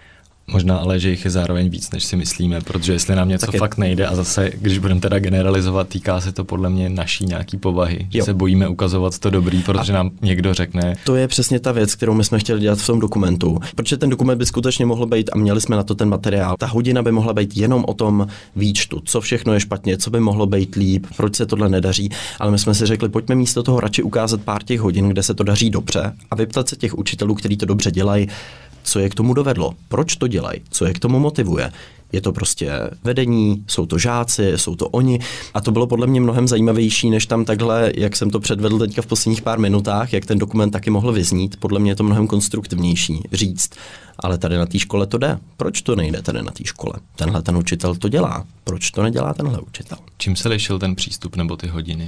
A: Možná ale, že jich je zároveň víc, než si myslíme, protože jestli nám něco fakt nejde a zase, když budeme teda generalizovat, týká se to podle mě naší nějaký povahy, že se bojíme ukazovat to dobrý, protože nám někdo řekne. To
B: je přesně ta věc, kterou my jsme chtěli dělat v tom dokumentu, protože ten dokument by skutečně mohl být a měli jsme na to ten materiál. Ta hodina by mohla být jenom o tom výčtu, co všechno je špatně, co by mohlo být líp, proč se tohle nedaří, ale my jsme si řekli, pojďme místo toho radši ukázat pár těch hodin, kde se to daří dobře a vyptat se těch učitelů, kteří to dobře dělají, co je k tomu dovedlo, proč to dělají, co je k tomu motivuje. Je to prostě vedení, jsou to žáci, jsou to oni a to bylo podle mě mnohem zajímavější, než tam takhle, jak jsem to předvedl teďka v posledních pár minutách, jak ten dokument taky mohl vyznít, podle mě je to mnohem konstruktivnější říct, ale tady na té škole to jde. Proč to nejde tady na té škole? Tenhle ten učitel to dělá, proč to nedělá tenhle učitel?
A: Čím se lišil ten přístup nebo ty hodiny?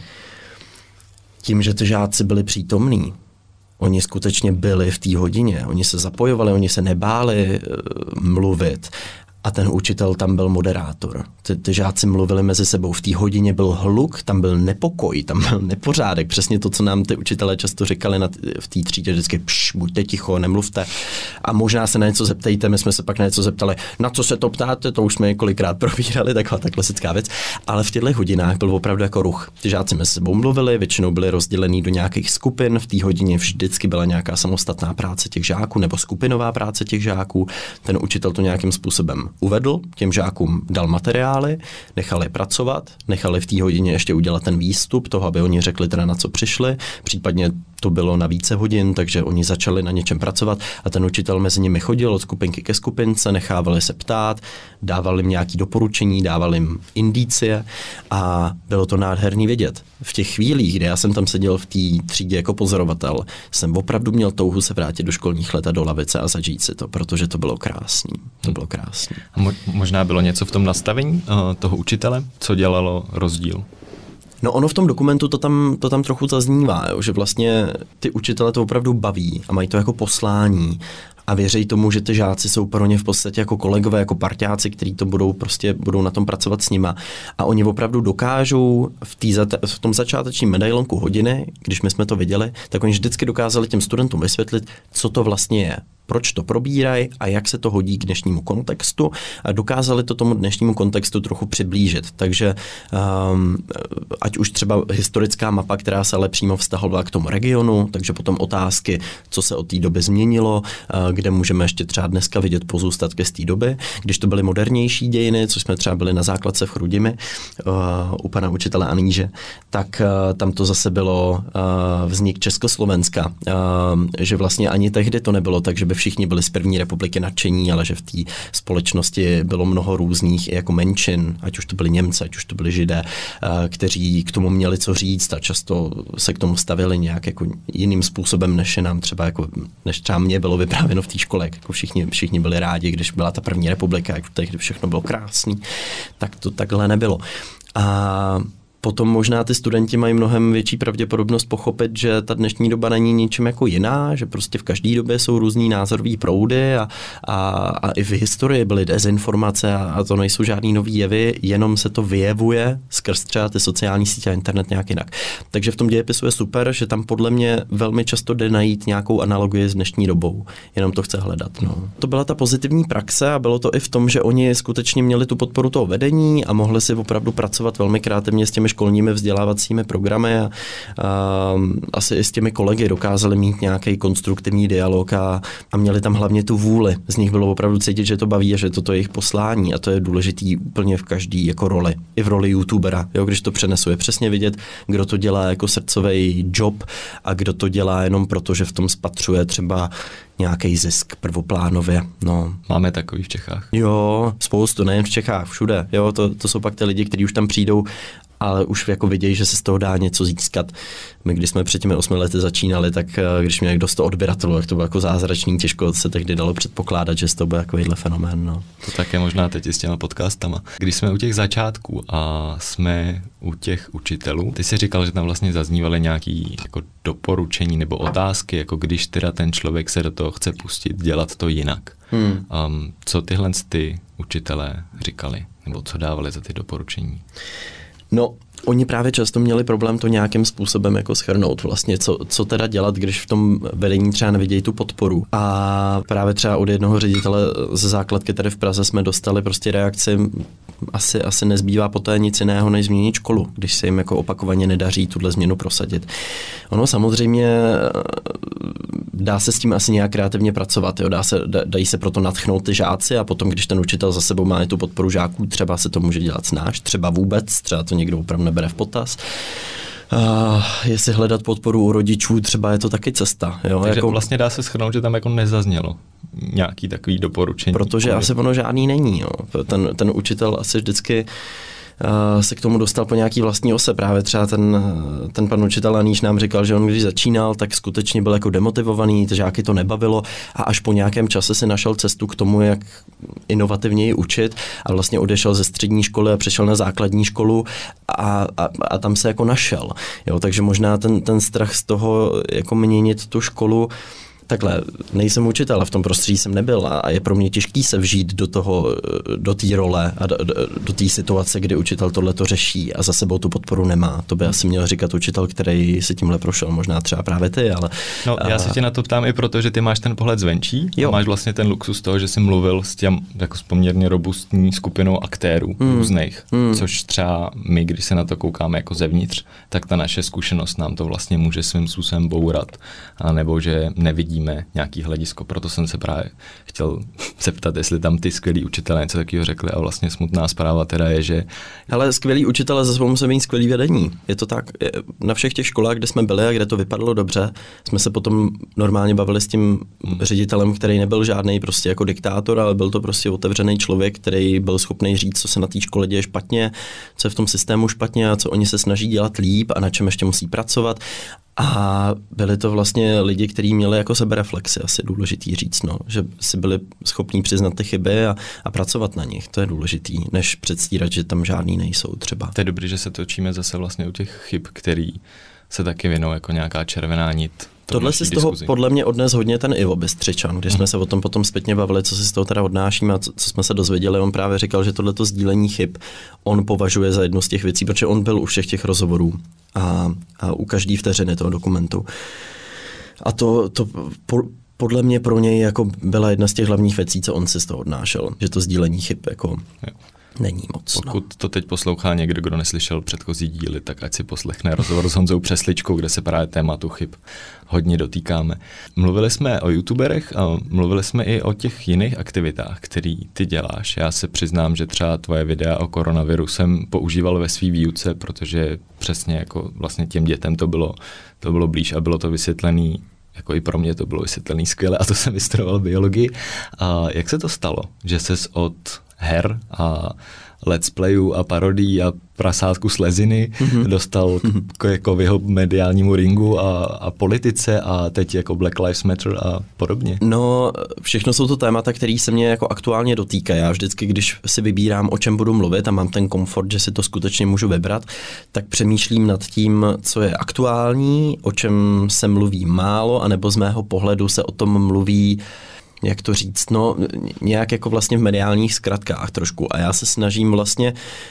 B: Tím, že ty žáci byli přítomní. Oni skutečně byli v té hodině, oni se zapojovali, oni se nebáli mluvit a ten učitel tam byl moderátor. Ty žáci mluvili mezi sebou, v té hodině byl hluk, tam byl nepokoj, tam byl nepořádek, přesně to, co nám ty učitelé často říkali v té třídě, vždycky buďte ticho, nemluvte a možná se na něco zeptejte, my jsme se pak na něco zeptali, na co se to ptáte, to už jsme několikrát probírali, taková ta klasická věc, ale v těchto hodinách byl opravdu jako ruch. Ty žáci mezi sebou mluvili, většinou byli rozdělení do nějakých skupin, v té hodině vždycky byla nějaká samostatná práce těch žáků nebo skupinová práce těch žáků, ten učitel to nějakým způsobem uvedl, těm žákům dal materiály, nechali pracovat, nechali v té hodině ještě udělat ten výstup toho, aby oni řekli teda na co přišli, případně to bylo na více hodin, takže oni začali na něčem pracovat a ten učitel mezi nimi chodil od skupinky ke skupince, nechávali se ptát, dával jim nějaké doporučení, dával jim indicie a bylo to nádherný vidět. V těch chvílích, kdy já jsem tam seděl v té třídě jako pozorovatel, jsem opravdu měl touhu se vrátit do školních let a do lavice a zažít si to, protože to bylo krásný. To bylo krásný.
A: Možná bylo něco v tom nastavení toho učitele, co dělalo rozdíl?
B: No ono v tom dokumentu to tam trochu zaznívá, jo, že vlastně ty učitele to opravdu baví a mají to jako poslání a věří tomu, že ty žáci jsou pro ně v podstatě jako kolegové, jako parťáci, kteří to budou na tom pracovat s nima. A oni opravdu dokážou v tom začátečním medailonku hodiny, když my jsme to viděli, tak oni vždycky dokázali těm studentům vysvětlit, co to vlastně je, proč to probírají a jak se to hodí k dnešnímu kontextu a dokázali to tomu dnešnímu kontextu trochu přiblížit. Takže ať už třeba historická mapa, která se ale přímo vztahovala k tomu regionu, takže potom otázky, co se od té doby změnilo, kde můžeme ještě třeba dneska vidět pozůstatky z té doby. Když to byly modernější dějiny, což jsme třeba byli na základce v Chrudimi u pana učitele Aníže, tak tam to zase bylo vznik Československa, že vlastně ani tehdy to nebylo tak, že by všichni byli z první republiky nadšení, ale že v té společnosti bylo mnoho různých jako menšin, ať už to byli Němci, ať už to byli Židé, kteří k tomu měli co říct a často se k tomu stavili nějak jako jiným způsobem, než je nám třeba jako, než třeba mě bylo vyprávěno v té škole, jako všichni byli rádi, když byla ta první republika, jak tehdy všechno bylo krásný, tak to takhle nebylo. A potom možná ty studenti mají mnohem větší pravděpodobnost pochopit, že ta dnešní doba není ničím jako jiná, že prostě v každé době jsou různý názorový proudy a i v historii byly dezinformace a to nejsou žádný nový jevy, jenom se to vyjevuje skrz třeba ty sociální sítě a internet nějak jinak. Takže v tom dějepisu je super, že tam podle mě velmi často jde najít nějakou analogii s dnešní dobou, jenom to chce hledat. No. To byla ta pozitivní praxe a bylo to i v tom, že oni skutečně měli tu podporu toho vedení a mohli si opravdu pracovat velmi kreativně s těmi školními vzdělávacími programy a asi i s těmi kolegy dokázali mít nějaký konstruktivní dialog a měli tam hlavně tu vůli. Z nich bylo opravdu cítit, že to baví a že toto je jejich poslání a to je důležitý úplně v každý jako roli. I v roli youtubera, jo, když to přenesu, je přesně vidět, kdo to dělá jako srdcový job a kdo to dělá jenom proto, že v tom spatřuje třeba nějaký zisk prvoplánově. No.
A: Máme takový v Čechách?
B: Jo, spoustu, nejen v Čechách, všude. Jo, to jsou pak ty lidi, kteří už tam přijdou, ale už jako vidějí, že se z toho dá něco získat. My, když jsme před těmi 8 lety začínali, tak když měli někdo 100 odběratelů, tak to bylo jako zázračný, těžko se tehdy dalo předpokládat, že to bude takovýhle fenomén. No.
A: To také možná teď i s těma podcastama. Když jsme u těch začátků a jsme u těch učitelů, ty jsi říkal, že tam vlastně zaznívaly nějaký jako doporučení nebo otázky, jako když teda ten člověk se do toho chce pustit, dělat to jinak. Co tyhle ty učitelé říkali, nebo co dávali za ty doporučení?
B: No, oni právě často měli problém to nějakým způsobem jako shrnout vlastně, co teda dělat, když v tom vedení třeba nevidějí tu podporu. A právě třeba od jednoho ředitele ze základky tady v Praze jsme dostali prostě reakci, asi nezbývá poté nic jiného, než změnit školu, když se jim jako opakovaně nedaří tuhle změnu prosadit. Ono samozřejmě dá se s tím asi nějak kreativně pracovat, jo? Dají se proto nadchnout ty žáci a potom, když ten učitel za sebou má tu podporu žáků, třeba se to může dělat snáš, třeba vůbec, třeba to někdo opravdu nebere v potaz. Jestli hledat podporu u rodičů, třeba je to taky cesta. Jo?
A: Takže
B: jako,
A: vlastně dá se shrnout, že tam jako nezaznělo nějaký takový doporučení.
B: Protože asi ono žádný není. Jo? Ten učitel asi vždycky se k tomu dostal po nějaký vlastní ose. Právě třeba ten pan učitel Aníž nám říkal, že on když začínal, tak skutečně byl jako demotivovaný, ty žáky to nebavilo a až po nějakém čase si našel cestu k tomu, jak inovativněji učit a vlastně odešel ze střední školy a přešel na základní školu a tam se jako našel. Jo, takže možná ten strach z toho jako měnit tu školu. Takhle, nejsem učitel, v tom prostředí jsem nebyl a je pro mě těžký se vžít do té role a do té situace, kdy učitel tohleto řeší a za sebou tu podporu nemá. To by asi měl říkat učitel, který si tímhle prošel, možná třeba právě ty, ale...
A: No, já se tě na to ptám i proto, že ty máš ten pohled zvenčí a máš vlastně ten luxus toho, že jsi mluvil s těm jako s poměrně robustní skupinou aktérů různých, což třeba my, když se na to koukáme jako zevnitř, tak ta naše zkušenost nám to vlastně může svým způsobem bourat, nebo že nevidí nějaký hledisko, proto jsem se právě chtěl zeptat, jestli tam ty skvělí učitelé něco takového řekli a vlastně smutná zpráva teda je, že...
B: Ale skvělí učitelé zase musí mít skvělý vedení. Je to tak, na všech těch školách, kde jsme byli a kde to vypadalo dobře, jsme se potom normálně bavili s tím ředitelem, který nebyl žádný prostě jako diktátor, ale byl to prostě otevřený člověk, který byl schopný říct, co se na té škole děje špatně, co je v tom systému špatně a co oni se snaží dělat líp a na čem ještě musí pracovat. A byli to vlastně lidi, kteří měli jako sebereflexi, asi důležitý říct, no, že si byli schopní přiznat ty chyby a pracovat na nich, to je důležitý, než předstírat, že tam žádný nejsou třeba.
A: To je dobrý, že se točíme zase vlastně u těch chyb, který se taky vinou jako nějaká červená nit
B: Tohle si z toho podle mě odnes hodně ten Ivo Bystřičan, když jsme se o tom potom zpětně bavili, co si z toho teda odnášíme a co jsme se dozvěděli. On právě říkal, že tohleto sdílení chyb on považuje za jednu z těch věcí, protože on byl u všech těch rozhovorů a u každý vteřiny toho dokumentu. A to podle mě pro něj jako byla jedna z těch hlavních věcí, co on si z toho odnášel, že to sdílení chyb jako není moc.
A: Pokud to teď poslouchá někdo, kdo neslyšel předchozí díly, tak ať si poslechne rozhovor s Honzou Přesličkou, kde se právě tématu chyb hodně dotýkáme. Mluvili jsme o youtuberech a mluvili jsme i o těch jiných aktivitách, které ty děláš. Já se přiznám, že třeba tvoje videa o koronaviru jsem používal ve svý výuce, protože přesně jako vlastně těm dětem to bylo blíž a bylo to vysvětlený, jako i pro mě to bylo vysvětlený skvěle a to jsem vystudoval biologii. A jak se to stalo, že ses od her a let's playů a parodií a prasátku sleziny dostal jako v jeho mediálnímu ringu a politice a teď jako Black Lives Matter a podobně?
B: No, všechno jsou to témata, které se mě jako aktuálně dotýkají. Já vždycky, když si vybírám, o čem budu mluvit a mám ten komfort, že si to skutečně můžu vybrat, tak přemýšlím nad tím, co je aktuální, o čem se mluví málo, anebo z mého pohledu se o tom mluví, jak to říct, no nějak jako vlastně v mediálních zkratkách trošku. A já se snažím vlastně,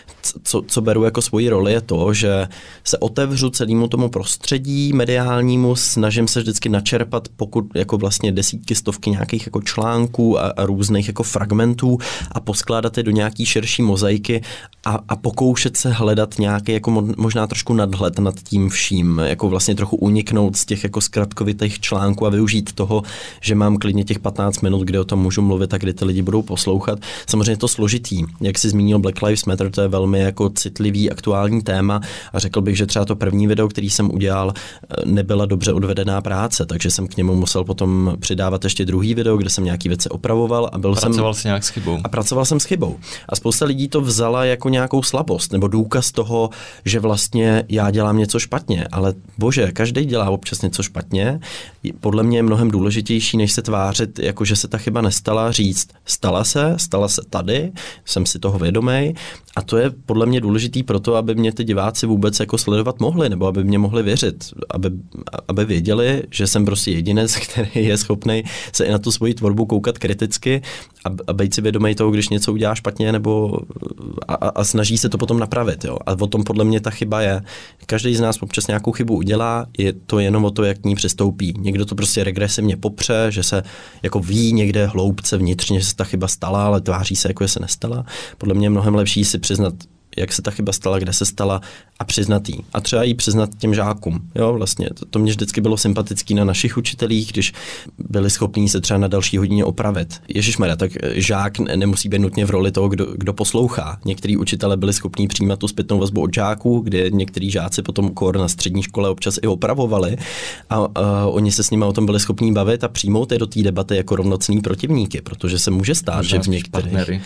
B: co beru jako svoji roli, je to, že se otevřu celému tomu prostředí mediálnímu, snažím se vždycky načerpat, pokud jako vlastně desítky, stovky nějakých jako článků a různých jako fragmentů a poskládat je do nějaký širší mozaiky a pokoušet se hledat nějaký jako možná trošku nadhled nad tím vším, jako vlastně trochu uniknout z těch jako zkratkovitých článků a využít toho, že mám klidně těch 15 minut, kde o tom můžu mluvit a kdy ty lidi budou poslouchat. Samozřejmě je to složitý. Jak jsi zmínil Black Lives Matter, to je velmi jako citlivý aktuální téma a řekl bych, že třeba to první video, který jsem udělal, nebyla dobře odvedená práce, takže jsem k němu musel potom přidávat ještě druhý video, kde jsem nějaký věci opravoval a
A: pracoval jsi nějak s chybou.
B: A pracoval jsem s chybou. A spousta lidí to vzala jako nějakou slabost nebo důkaz toho, že vlastně já dělám něco špatně, ale bože, každý dělá občas něco špatně. Podle mě je mnohem důležitější, než se tvářit, jako že se ta chyba nestala, říct, stala se tady, jsem si toho vědomý a to je podle mě důležitý proto, aby mě ty diváci vůbec jako sledovat mohli, nebo aby mě mohli věřit, aby věděli, že jsem prostě jedinec, který je schopný se i na tu svoji tvorbu koukat kriticky a být si vědomý toho, když něco udělá špatně, nebo a snaží se to potom napravit. Jo. A o tom podle mě ta chyba je. Každý z nás občas nějakou chybu udělá, je to jenom o to, jak k ní přistoupí. Někdo to prostě regresivně popře, že se jako ví někde hloubce vnitřně, že se ta chyba stala, ale tváří se, jako že se nestala. Podle mě je mnohem lepší si přiznat, jak se ta chyba stala, kde se stala a přiznat jí. A třeba jí přiznat těm žákům. Jo, vlastně. To mě vždycky bylo sympatický na našich učitelích, když byli schopní se třeba na další hodině opravit. Ježišmarja, tak žák nemusí být nutně v roli toho, kdo poslouchá. Některý učitelé byli schopní přijímat tu zpětnou vazbu od žáků, kde některý žáci potom na střední škole občas i opravovali a oni se s nimi o tom byli schopní bavit a přijmout je do té debaty jako rovnocenní protivníky, protože se může stát, že v některých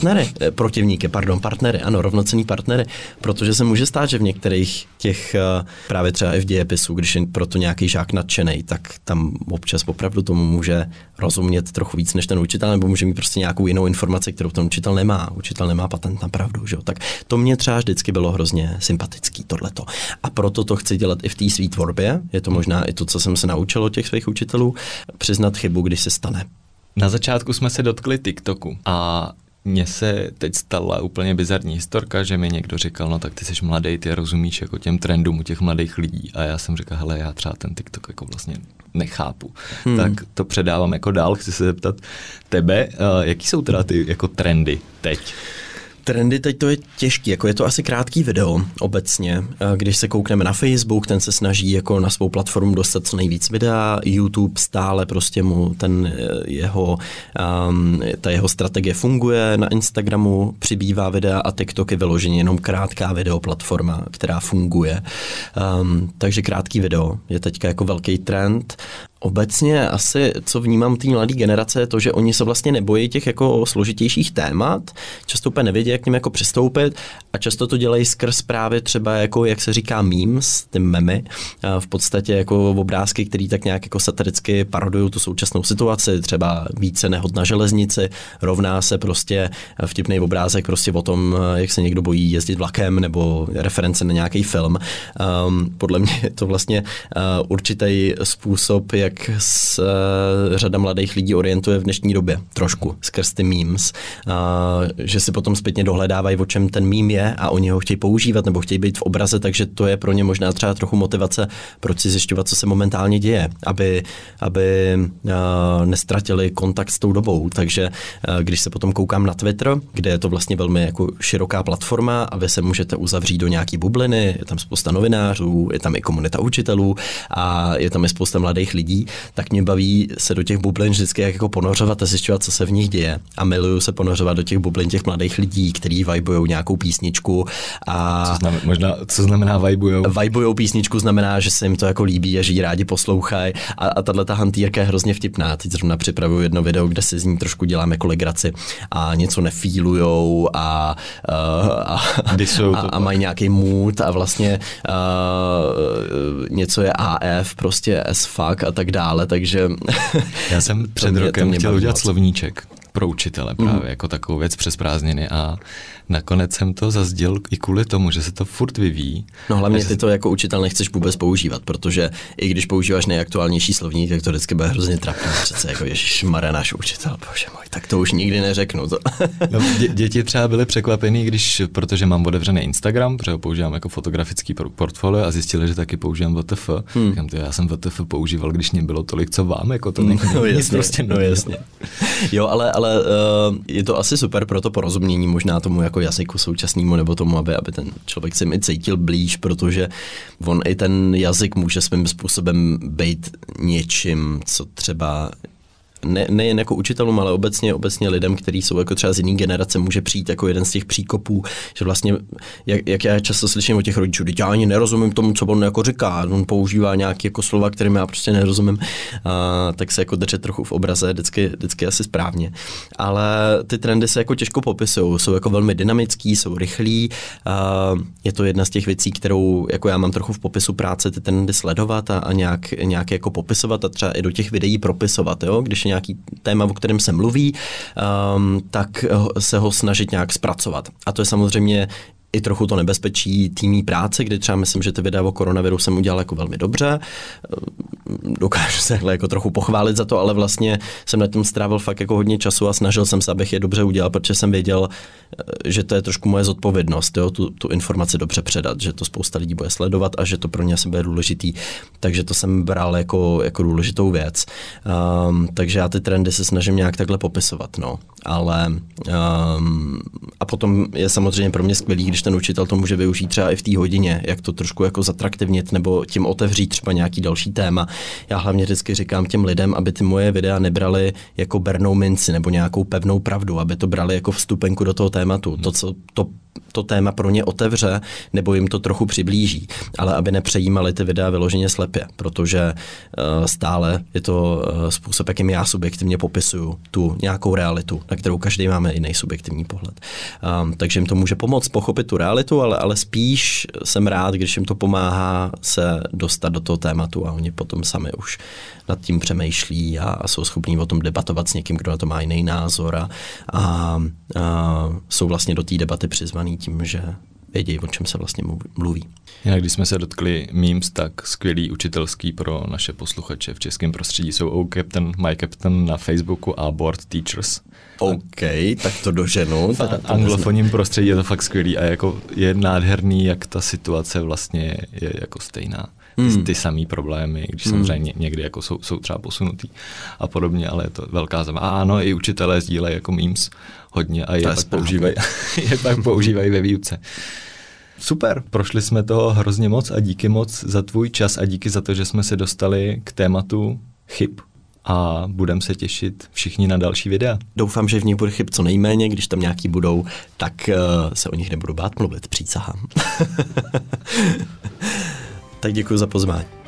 B: partnery, ano, rovnocenní partnery, protože se může stát, že v některých těch právě třeba i v dějepisu, když je proto nějaký žák nadšenej, tak tam občas opravdu tomu může rozumět trochu víc než ten učitel, nebo může mít prostě nějakou jinou informaci, kterou ten učitel nemá. Učitel nemá patent na pravdu, že jo? Tak to mě třeba vždycky bylo hrozně sympatický tohleto. A proto to chci dělat i v té své tvorbě. Je to možná i to, co jsem se naučil od těch svých učitelů, přiznat chybu, když se stane.
A: Na začátku jsme se dotkli TikToku a mně se teď stala úplně bizarní historka, že mi někdo říkal, no tak ty jsi mladý, ty rozumíš jako těm trendům u těch mladých lidí. A já jsem říkal, hele, já třeba ten TikTok jako vlastně nechápu. Tak to předávám jako dál, chci se zeptat tebe, jaký jsou teda ty jako trendy teď?
B: Trendy teď to je těžký, jako je to asi krátký video obecně. Když se koukneme na Facebook, ten se snaží jako na svou platformu dostat co nejvíc videa, YouTube stále prostě mu ta jeho strategie funguje, na Instagramu přibývá videa a TikTok je vyloženě jenom krátká videoplatforma, která funguje. Takže krátký video je teďka jako velký trend. Obecně asi, co vnímám té mladé generace, je to, že oni se vlastně nebojí těch jako složitějších témat, často úplně nevědí, jak k nim jako přistoupit a často to dělají skrz právě třeba jako, jak se říká memes, ty memy, v podstatě jako obrázky, které tak nějak jako satiricky parodují tu současnou situaci, třeba více nehod na železnici, rovná se prostě vtipný obrázek prostě o tom, jak se někdo bojí jezdit vlakem nebo reference na nějaký film. Podle mě je to vlastně určitý způsob, jak se řada mladých lidí orientuje v dnešní době. Trošku skrz ty memes. Že si potom zpětně dohledávají, o čem ten meme je a oni ho chtějí používat nebo chtějí být v obraze, takže to je pro ně možná třeba trochu motivace, proč si zjišťovat, co se momentálně děje, aby nestratili kontakt s tou dobou. Takže když se potom koukám na Twitter, kde je to vlastně velmi jako široká platforma a vy se můžete uzavřít do nějaký bubliny, je tam spousta novinářů, je tam i komunita učitelů a je tam i spousta mladých lidí, tak mě baví se do těch bublin vždycky jako ponořovat a zjišťovat, co se v nich děje. A miluju se ponořovat do těch bublin těch mladých lidí, kteří vibujou nějakou písničku. A
A: co znamená vibujou?
B: Vibujou písničku znamená, že se jim to jako líbí a že ji rádi poslouchají. A tato hantýrka je hrozně vtipná. Teď zrovna připravuju jedno video, kde si z ní trošku dělám jako legraci a něco nefílujou a mají nějaký mood a vlastně něco je AF, prostě as fuck a tak dále, takže...
A: Já jsem před rokem chtěl udělat slovníček pro učitele právě jako takovou věc přes prázdniny a nakonec jsem to zazděl i kvůli tomu, že se to furt vyvíjí.
B: No hlavně ty to jako učitel nechceš vůbec používat, protože i když používáš nejaktuálnější slovník, tak to vždycky bude hrozně trapné. Přece jako ježišmarja, náš učitel, bože můj, tak to už nikdy neřeknu. To.
A: No, děti třeba byly překvapený, protože mám otevřený Instagram, protože ho používám jako fotografický portfolio a zjistili, že taky používám WTF. Já jsem WTF používal, když nebylo tolik, co vám, jako to nic prostě
B: no jasně. Jo, ale je to asi super pro to porozumění možná tomu jako jazyku současnému nebo tomu, aby ten člověk se mi cítil blíž, protože on i ten jazyk může svým způsobem být něčím, co třeba nejen jako učitelům, ale obecně lidem, kteří jsou jako třeba z jiné generace, může přijít jako jeden z těch příkopů, že vlastně, jak já často slyším od těch rodičů, já ani nerozumím tomu, co on jako říká, on používá nějaké jako slova, kterým já prostě nerozumím, tak se jako držet trochu v obraze vždycky asi správně. Ale ty trendy se jako těžko popisují, jsou jako velmi dynamický, jsou rychlí, je to jedna z těch věcí, kterou jako já mám trochu v popisu práce ty trendy sledovat a nějak jako popisovat a třeba i do těch videí propisovat, jo, když nějaký téma, o kterém se mluví, tak se ho snažit nějak zpracovat. A to je samozřejmě i trochu to nebezpečí týmí práce, kdy třeba myslím, že ty videa o koronaviru jsem udělal jako velmi dobře. Dokážu se jako trochu pochválit za to, ale vlastně jsem na tom strávil fakt jako hodně času a snažil jsem se, abych je dobře udělal, protože jsem věděl, že to je trošku moje zodpovědnost, jo, tu informaci dobře předat, že to spousta lidí bude sledovat a že to pro ně asi bude důležitý. Takže to jsem bral jako důležitou věc. Takže já ty trendy se snažím nějak takhle popisovat, no. Ale a potom je samozřejmě pro mě skvělý, když ten učitel to může využít třeba i v té hodině, jak to trošku jako zatraktivnit nebo tím otevřít třeba nějaký další téma. Já hlavně vždycky říkám těm lidem, aby ty moje videa nebrali jako bernou minci nebo nějakou pevnou pravdu, aby to brali jako vstupenku do toho tématu. To, co to téma pro ně otevře nebo jim to trochu přiblíží, ale aby nepřejímali ty videa vyloženě slepě, protože stále je to způsob, jakým já subjektivně popisuju tu nějakou realitu, na kterou každý máme jiný subjektivní pohled. Takže jim to může pomoct pochopit tu realitu, ale spíš jsem rád, když jim to pomáhá se dostat do toho tématu a oni potom sami už nad tím přemýšlí a jsou schopní o tom debatovat s někým, kdo na to má jiný názor a jsou vlastně do té debaty přizvaný tím, že vědí, o čem se vlastně mluví.
A: Jinak když jsme se dotkli memes, tak skvělý učitelský pro naše posluchače v českém prostředí jsou OCaptain, MyCaptain na Facebooku a Board Teachers.
B: OK, tak to doženu.
A: V anglofonním prostředí je to fakt skvělý a jako je nádherný, jak ta situace vlastně je jako stejná. Ty samý problémy, když samozřejmě někdy jako jsou třeba posunutý a podobně, ale je to velká zema. A ano, i učitelé sdílejí jako memes hodně a je pak používají ve výuce. Super, prošli jsme toho hrozně moc a díky moc za tvůj čas a díky za to, že jsme se dostali k tématu chyb a budeme se těšit všichni na další videa.
B: Doufám, že v nich bude chyb co nejméně, když tam nějaký budou, tak se o nich nebudu bát mluvit, přísahám. Tak děkuji za pozvání.